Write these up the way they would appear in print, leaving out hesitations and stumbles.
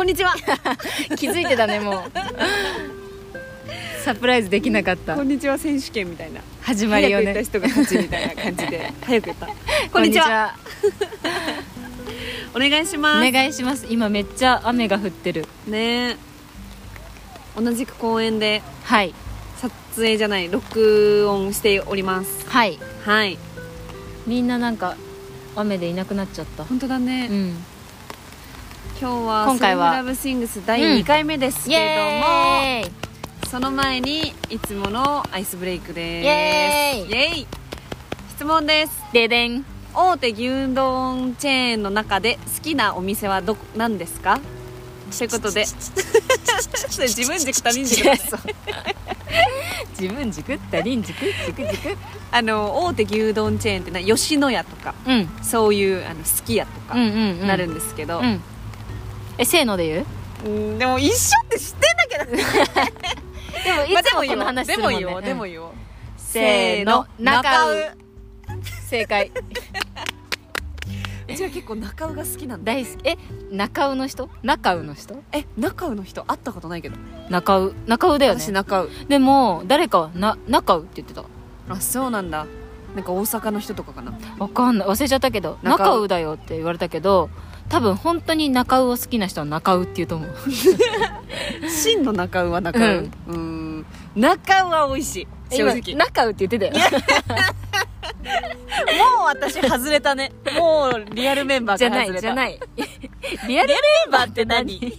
んにちは気づいてたね。もうサプライズできなかった。 こんにちは選手権みたいな始まりよね。 早く言った人が勝ちみたいな感じで早く言ったこんにちはお願いします。 お願いします。今めっちゃ雨が降ってるね。同じく公園ではい撮影じゃない録音しております。 はい。 はい、 みんななんか雨でいなくなっちゃった。 本当だね、 うん。 今今回はセルフラブシングス第2回目ですけども、 イエーイその前にいつものアイスブレイクです。 イエーイイエーイ。質問です。 ででん。 大手牛丼チェーンの中で好きなお店は何ですかということでそれ自分軸他人軸だね自分軸他人軸軸大手牛丼チェーンって吉野家とか、 うんそういうすき家とかなるんですけど、 うん。せーので言う？ でも一緒って知ってんだけどでもいつもこの話するもんね。 でもいいよ、 せーの、中尾。正解。 うちは結構中尾が好きなんだ。 大好き。中尾の人？中尾の人？ 中尾の人会ったことないけど。 中尾だよね。 私中尾。 でも誰かは中尾って言ってた。 あ、そうなんだ。なんか大阪の人とかかな。 わかんない、忘れちゃったけど、中尾だよって言われたけど、多分本当に中尾を好きな人は中尾って言うと思う。 真の中尾は中尾。中尾は美味しい。正直。 中尾って言ってたよ。 もう私外れたね。もうリアルメンバーから外れた。 じゃない。リアルメンバーって何？リ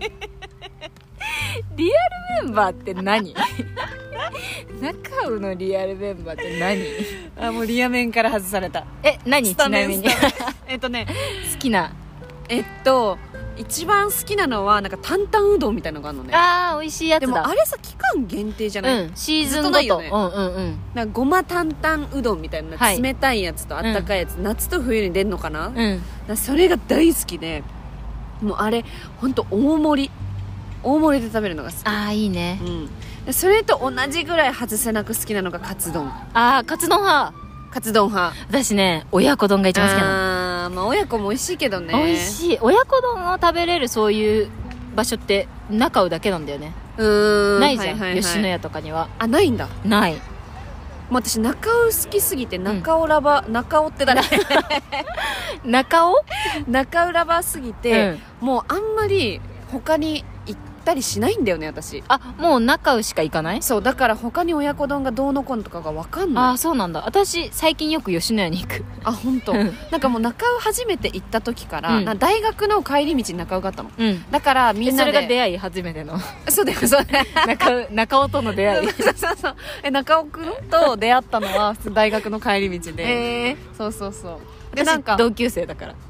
アルメンバーって何？中尾のリアルメンバーって何？ あ、もうリアメンから外された。 何？ちなみに好きな一番好きなのはなんか担々うどんみたいなのがあるのね。 あー、美味しいやつだ。 でもあれさ、期間限定じゃない？ シーズンごと。 ずっとないよね。 うんなんかごま担々うどんみたいな、 はい冷たいやつとあったかいやつ、夏と冬に出るのかな、 うんそれが大好きで、もうあれほんと大盛りで食べるのが好き。 あー、いいね。 でそれと同じぐらい外せなく好きなのがカツ丼。 あー、カツ丼派。 私ね、親子丼が一番好きなの。 まあ親子も美味しいけどね。 美味しい。親子丼を食べれるそういう場所って中尾だけなんだよね。ないじゃん、吉野家とかには。 あ、ないんだ。 ない。 もう私中尾好きすぎて、中尾って誰？ 中尾ラバーすぎて、もうあんまり他に行ったりしないんだよね、私。 あ、もう中尾しか行かない？ そう、だから他に親子丼がどうのこうのとかが分かんない。 あ、そうなんだ。私最近よく吉野家に行く。 あ、本当。なんかもう中尾初めて行った時から、大学の帰り道に中尾があったの。だからみんなで。 それが出会い初めての。 そうだよ、そうだよ。 中尾との出会い。 そう中尾くんと出会ったのは普通大学の帰り道で。そうそうそう。 で、なんか同級生だから、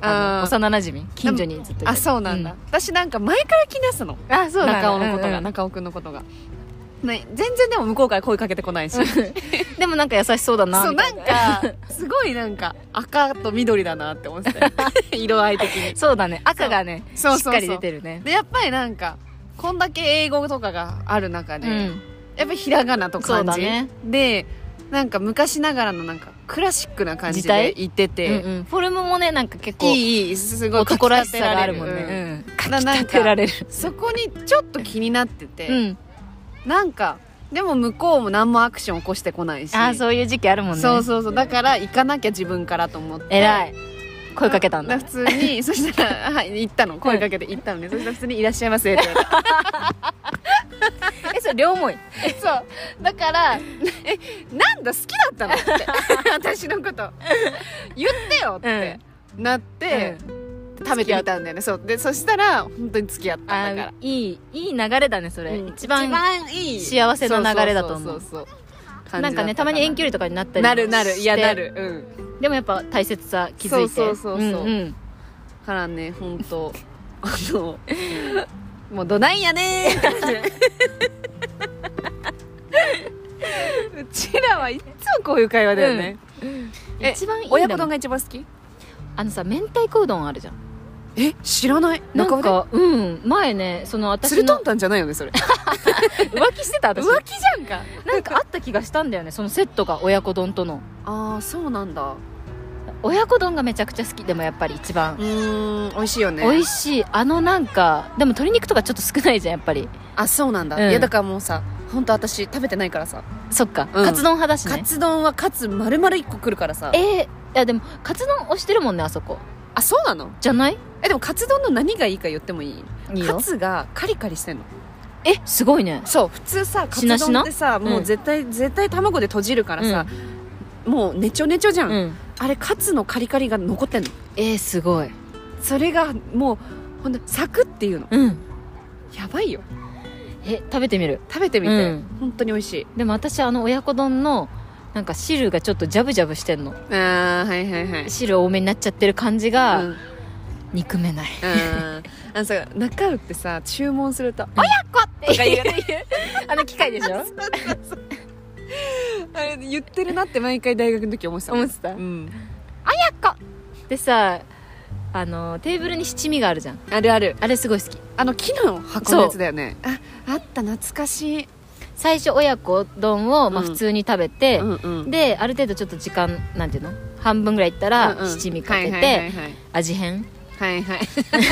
幼馴染、近所にずっといた。 あ、そうなんだ。私なんか前から気になってたの。 あ、そうなんだ。 中尾のことが、中尾くんのことが。ね、全然でも向こうから声かけてこないし。 でもなんか優しそうだな。 そう、なんかすごいなんか赤と緑だなって思ってた。色合い的に。 そうだね、赤がね、しっかり出てるね。 でやっぱりなんかこんだけ英語とかがある中で、やっぱりひらがなと漢字で、なんか昔ながらのなんかクラシックな感じで言ってて、 フォルムもね、なんか結構いい、すごい男らしさがあるもんね。 かき立てられる。そこにちょっと気になってて、なんかでも向こうも何もアクション起こしてこないし。 あ、そういう時期あるもんね。 そうだから行かなきゃ自分からと思って。 偉い。声かけたんだ。 普通にそしたら、はい、行ったの。声かけて行ったのね。そしたら普通にいらっしゃいませって言われた。 それ両思い？ そうだからなんだ好きだったのって私のこと言ってよってなって、食べてみたんだよね。そうで、そしたら本当に付き合ったんだから。 いい流れだね、それ。一番いい幸せな流れだと思う。なんかね、たまに遠距離とかになったりなるいやなる。 でもやっぱ大切さ気づいて。 そうからね、本当もうどないやねうちらはいつもこういう会話だよね。 一番いい。 親子丼が一番好き？ さ、明太子うどんあるじゃん。 知らない。 なんか前ね、その私のつるとんたんじゃないよね、それ。 浮気してた？私浮気じゃんか。 なんかあった気がしたんだよね、そのセットが親子丼との。 ああ、そうなんだ。 親子丼がめちゃくちゃ好き。でもやっぱり一番美味しいよね。 美味しい。なんかでも鶏肉とかちょっと少ないじゃんやっぱり。 あ、そうなんだ、 うん、 いやだからもうさ、本当私食べてないからさ。 そっか、 うん、 カツ丼派だしね。 カツ丼はカツ丸々1個くるからさ。 いやでもカツ丼推してるもんねあそこ。 あ、そうなの？ じゃない？ でもカツ丼の何がいいか言ってもいい？ いいよ。 カツがカリカリしてんの。 すごいね。 そう、普通さカツ丼ってさ、もう絶対卵で閉じるからさ、もうネチョネチョじゃん、あれカツのカリカリが残ってんの。 すごい。 それがもうほんとサクっていうの、やばいよ。 食べてみる。 食べてみて、本当に美味しい。 でも私親子丼のなんか汁がちょっとジャブジャブしてんの。 はいはいはい。 汁多めになっちゃってる感じが、憎めない。 さ、中尾ってさ、注文すると親子って言う機械でしょ。 あれ言ってるなって毎回大学の時思ってた。 親子でさ、テーブルに七味があるじゃん。 あるある。 あれすごい好き。 木の箱のやつだよね。あった懐かしい。 最初親子丼を普通に食べて、である程度ちょっと時間なんていうの半分ぐらいいったら七味かけて味変。はいはい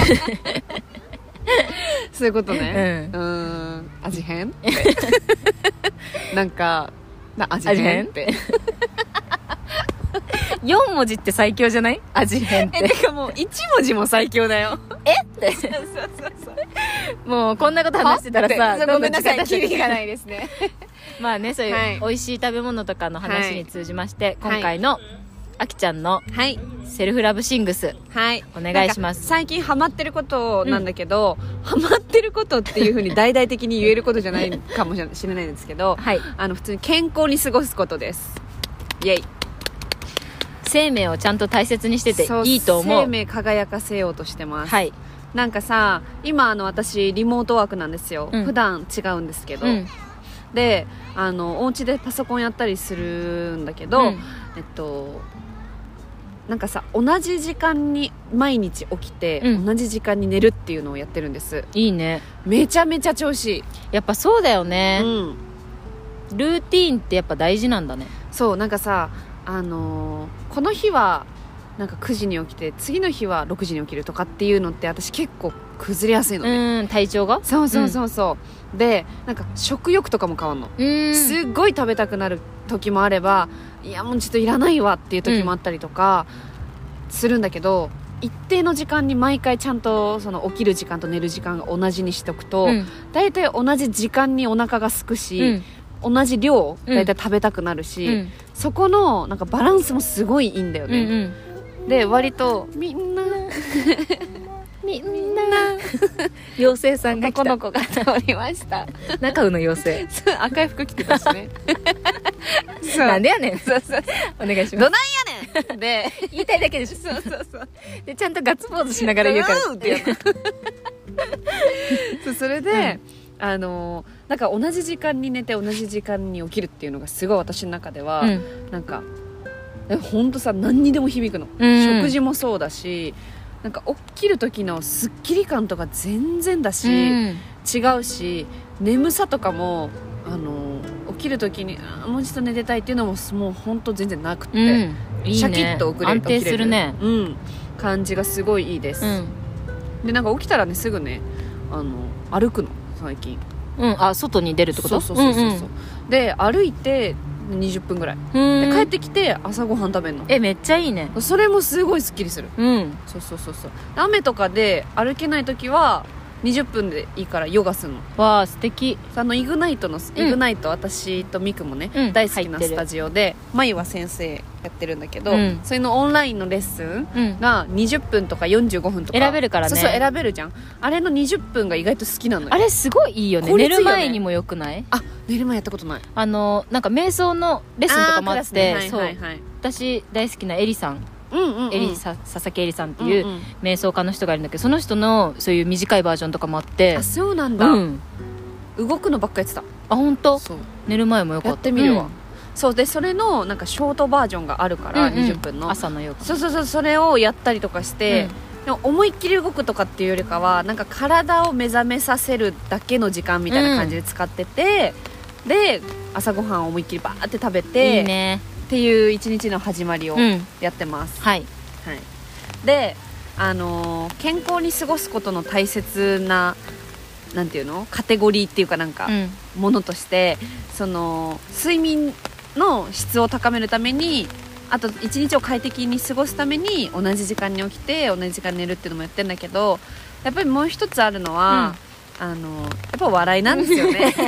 そういうことね。味変なんか味変って 4文字って最強じゃない？味変って。 てかもう1文字も最強だよ。 ってもうこんなこと話してたらさ、 ごめんなさい、キリがないですね。 まあね、そういう美味しい食べ物とかの話に通じまして、今回のあきちゃんのセルフラブシングス、お願いします。 最近ハマってることなんだけど、ハマってることっていう風に大々的に言えることじゃないかもしれないんですけど、普通に健康に過ごすことです。イエイ。 生命をちゃんと大切にしてていいと思う。 生命輝かせようとしてます。なんかさ、今私リモートワークなんですよ、普段違うんですけど、でお家でパソコンやったりするんだけど、なんかさ、同じ時間に毎日起きて、同じ時間に寝るっていうのをやってるんです。 いいね。 めちゃめちゃ調子いい。 やっぱそうだよね、ルーティーンってやっぱ大事なんだね。 そう、なんかさ、この日はなんか9時に起きて次の日は6時に起きるとかっていうのって私結構崩れやすいのね。 体調が。 そうで、なんか食欲とかも変わんの。すっごい食べたくなる時もあれば、いやもうちょっといらないわっていう時もあったりとかするんだけど、一定の時間に毎回ちゃんとその起きる時間と寝る時間が同じにしとくと、大体同じ時間にお腹が空くし、同じ量大体食べたくなるし、そこのなんかバランスもすごいいいんだよね。で割とみんな妖精さんが来た。 男の子が通りました。 中尾の妖精赤い服着てたしね。 なんでやねん。お願いします。 どなんやねんで言いたいだけでしょ。そうでちゃんとガッツポーズしながら言うからってそれで、なんか同じ時間に寝て同じ時間に起きるっていうのがすごい私の中では、なんかほんとさ、何にでも響くの、食事もそうだし、なんか起きる時のスッキリ感とか全然だし、違うし、眠さとかも起きる時にもう一度寝てたいっていうのももうほんと全然なくて、いいね、シャキッと起きれる、 安定するね、 感じがすごいいいです、でなんか起きたらねすぐね歩くの最近、 外に出るってこと？ そうで歩いて20分ぐらいで帰ってきて朝ごはん食べるの。 めっちゃいいね。 それもすごいスッキリする。そう雨とかで歩けない時は20分でいいからヨガするの。 わあ素敵。 イグナイト、私とミクもね、大好きなスタジオでまゆは先生やってるんだけど、それのオンラインのレッスンが20分とか45分とか選べるからね。 そう選べるじゃん。あれの20分が意外と好きなのよ。 あれすごいいいよね。寝る前にもよくない？ 寝る前やったことない。 なんか瞑想のレッスンとかもあって、私大好きなエリさん、佐々木エリさんっていう瞑想家の人がいるんだけど、その人のそういう短いバージョンとかもあって。 そうなんだ、動くのばっかやってた。 本当？寝る前もよかった。 やってみるわ。そうで、それのなんかショートバージョンがあるから、20分の朝のヨガ。 それをやったりとかして、でも思いっきり動くとかっていうよりかは、なんか体を目覚めさせるだけの時間みたいな感じで使ってて、で朝ごはんを思いっきりバーって食べて、 いいね。 っていう一日の始まりをやってます、 はい、 はい、で、健康に過ごすことの大切ななんていうのカテゴリーっていうかなんか、ものとしてその睡眠の質を高めるために、あと一日を快適に過ごすために同じ時間に起きて同じ時間に寝るっていうのもやってるんだけど、やっぱりもう一つあるのは、やっぱ笑いなんですよね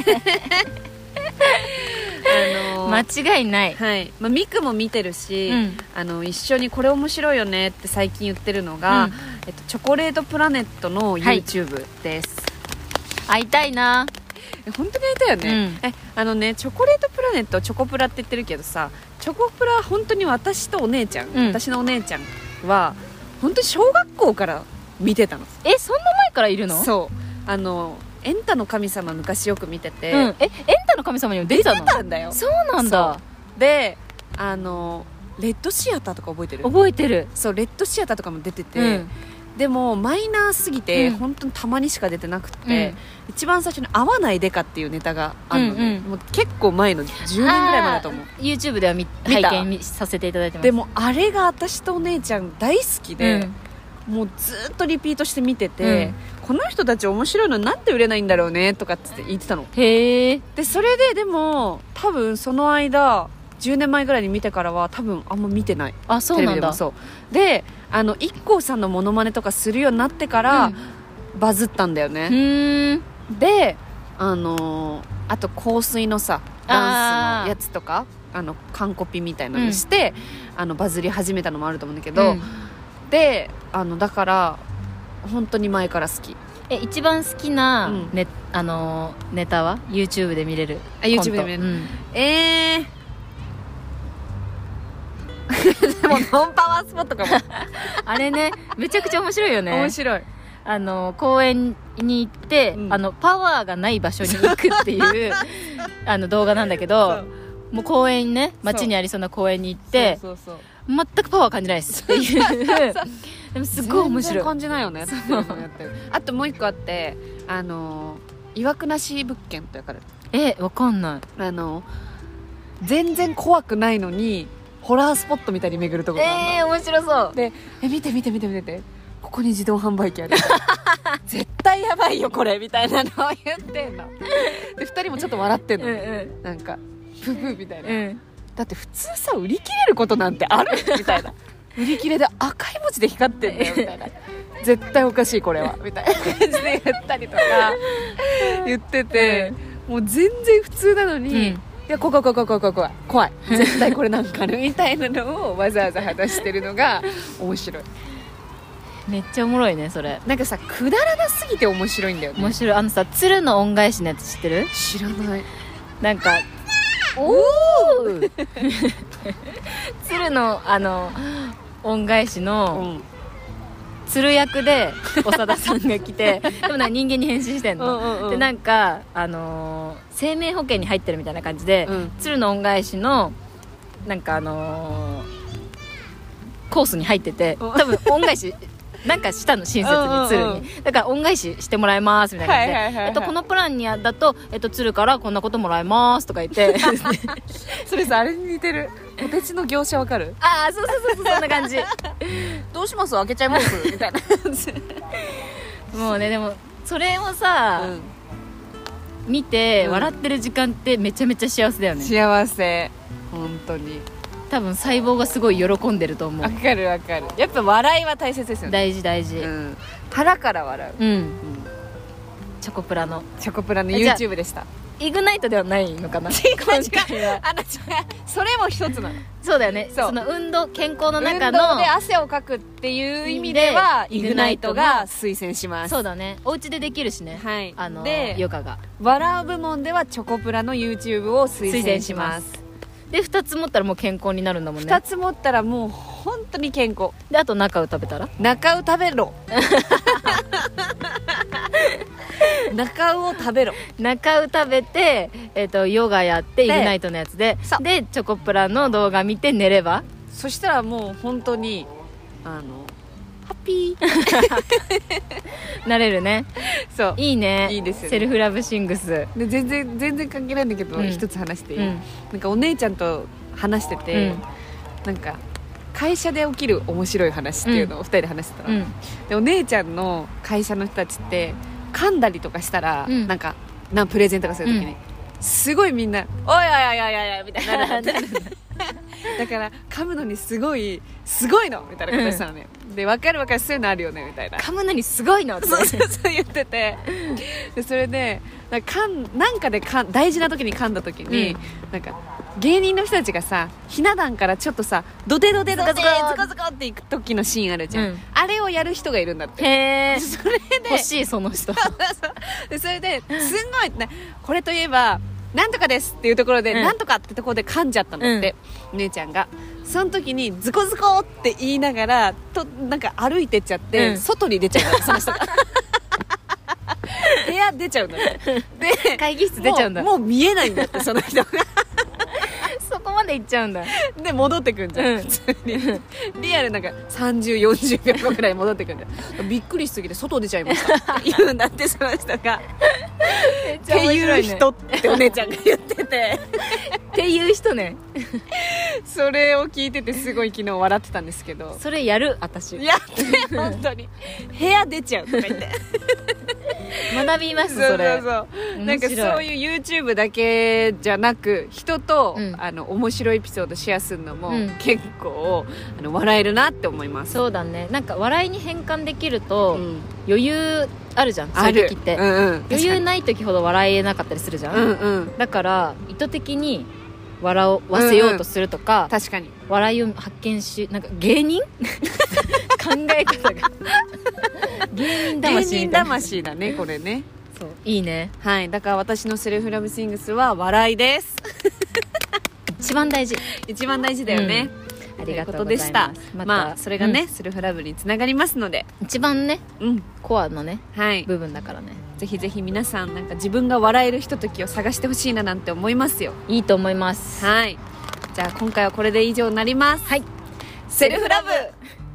間違いない、 はい、ミクも見てるし、一緒にこれ面白いよねって最近言ってるのが、チョコレートプラネットの YouTube です、 会いたいな。 本当に会いたいよね、チョコレートプラネットチョコプラって言ってるけどさ、チョコプラ本当に私とお姉ちゃん、私のお姉ちゃんは本当に小学校から見てたの。 そんな前からいるの？ そうエンタの神様昔よく見てて、 エンタの神様にも出てたの？ 出てたんだよ。 そうなんだ。 でレッドシアターとか覚えてる？ 覚えてる。 そう、レッドシアターとかも出てて、でもマイナーすぎて、本当にたまにしか出てなくて、一番最初に合わないデカっていうネタがあるのね、もう結構前の10年ぐらい前だと思う。 YouTube では拝見させていただいてます。 でもあれが私とお姉ちゃん大好きで、もうずっとリピートして見てて、この人たち面白いのなんで売れないんだろうねとかって言ってたの。 へえ。 でそれででも多分その間10年前ぐらいに見てからは多分あんま見てない。 あ、そうなんだ。 そうでIKKOさんのモノマネとかするようになってから、バズったんだよね。であと香水のさダンスのやつとか完コピみたいなのして、バズり始めたのもあると思うんだけど、でだから本当に前から好き。 一番好きなネタは YouTube で見れる？ YouTube で見れる、でもノンパワースポットかもあれね、めちゃくちゃ面白いよね。 面白い。 公園に行って、パワーがない場所に行くっていう動画なんだけど、もう公園ね、街にありそうな公園に行って全くパワー感じないですっていうでもすごい面白い。 全然感じないよね。あともう一個あって、いわくなし物件って分かる？ わかんない。 全然怖くないのにホラースポットみたいに巡るところがあるの。 面白そうで見てここに自動販売機ある絶対やばいよこれみたいなのを言ってんので2人もちょっと笑ってんの、なんかプーみたいな、だって普通さ売り切れることなんてあるみたいな売り切れで赤い文字で光ってんだよみたいな絶対おかしいこれはみたいな感じで言ったりとか言ってて、もう全然普通なのに、いや怖い絶対これなんかあるみたいなのをわざわざ話してるのが面白い。 めっちゃおもろいねそれ。 なんかさ、くだらなすぎて面白いんだよね。 面白い。鶴の恩返しのやつ知ってる？ 知らない。 なんか鶴の恩返しの、鶴役で長田さんが来てでも人間に変身してんの。でなんか生命保険に入ってるみたいな感じで、鶴の恩返しのなんかコースに入ってて、多分恩返しなんかしたの親切に鶴に、だから恩返ししてもらいますみたいな感じで、このプランにだと鶴からこんなこともらいますとか言ってそれさあれに似てる。ポテチの業者わかる？ そうそんな感じどうします？開けちゃいますみたいな感じもうね、でもそれをさ、見て笑ってる時間ってめちゃめちゃ幸せだよね。 幸せ、本当に。 多分細胞がすごい喜んでると思う。 わかる。やっぱ笑いは大切ですよね。 大事、 腹から笑う。 チョコプラの YouTube でした。 イグナイトではないのかな。 違うそれも一つなの。 そうだよね。その健康の中の運動で汗をかくっていう意味ではイグナイトが推薦します。 そうだね。お家でできるしね。でヨガが笑う部門ではチョコプラの YouTube を推薦します。 で2つ持ったらもう健康になるんだもんね。 2つ持ったらもう本当に健康で、あと中を食べたら中を食べろ中を食べろ。 中を食べて、ヨガやってイグナイトのやつでチョコプラの動画見て寝れば、 そしたらもう本当にハッピーなれるね。 そういいね。 いいですよね。 セルフラブシングスで全然関係ないんだけど、一つ話していい？なんかお姉ちゃんと話してて、なんか会社で起きる面白い話っていうのを2人で話してたの、でお姉ちゃんの会社の人たちって噛んだりとかしたら、なんかプレゼントとかするときに、すごいみんな「おいおいおいおいおい」みたいななるんだってだから噛むのにすごいのみたいなことしたのね、で分かるそういうのあるよねみたいな、 噛むのにすごいのってそう言ってて、でそれでなんかで大事な時に噛んだ時に、なんか芸人の人たちがさひな壇からちょっとさドテドテズコズコっていく時のシーンあるじゃん、あれをやる人がいるんだって。 へー、 それで欲しいその人でそれですんごいこれといえばなんとかですっていうところで、なんとかってところで噛んじゃったんだって、お姉ちゃんが。その時にズコズコって言いながらなんか歩いてっちゃって、外に出ちゃうその人が部屋出ちゃうんだね。で会議室出ちゃうんだ。 もう見えないんだってその人がそこまで行っちゃうんだ。 で戻ってくんじゃん、普通にリアルなんか30-40秒後くらい戻ってくんじゃん。びっくりしすぎて外出ちゃいましたって言うんだってその人がっていう人ってお姉ちゃんが言っててっていう人ねそれを聞いててすごい昨日笑ってたんですけど、 それやる私やって本当に部屋出ちゃうとか言って学びますそれ。 そうなんかそういう YouTube だけじゃなく人と、面白いエピソードシェアするのも、結構笑えるなって思います。 そうだね、なんか笑いに変換できると、余裕あるじゃん、そういう時って、余裕ない時ほど笑えなかったりするじゃん、だから意図的に笑わせようとするとか、 確かに笑いを発見なんか芸人考え方が芸人魂だねこれね。 そういいね。 はい、だから私のセルフラブシングスは笑いです一番大事だよね、 ありがとうございます。 まあそれがね、セルフラブにつながりますので、 一番ね、コアのね、部分だからね、 ぜひぜひ皆さんなんか自分が笑えるひとときを探してほしいななんて思いますよ。 いいと思います。 はい、じゃあ今回はこれで以上になります。 はい、 セルフラブ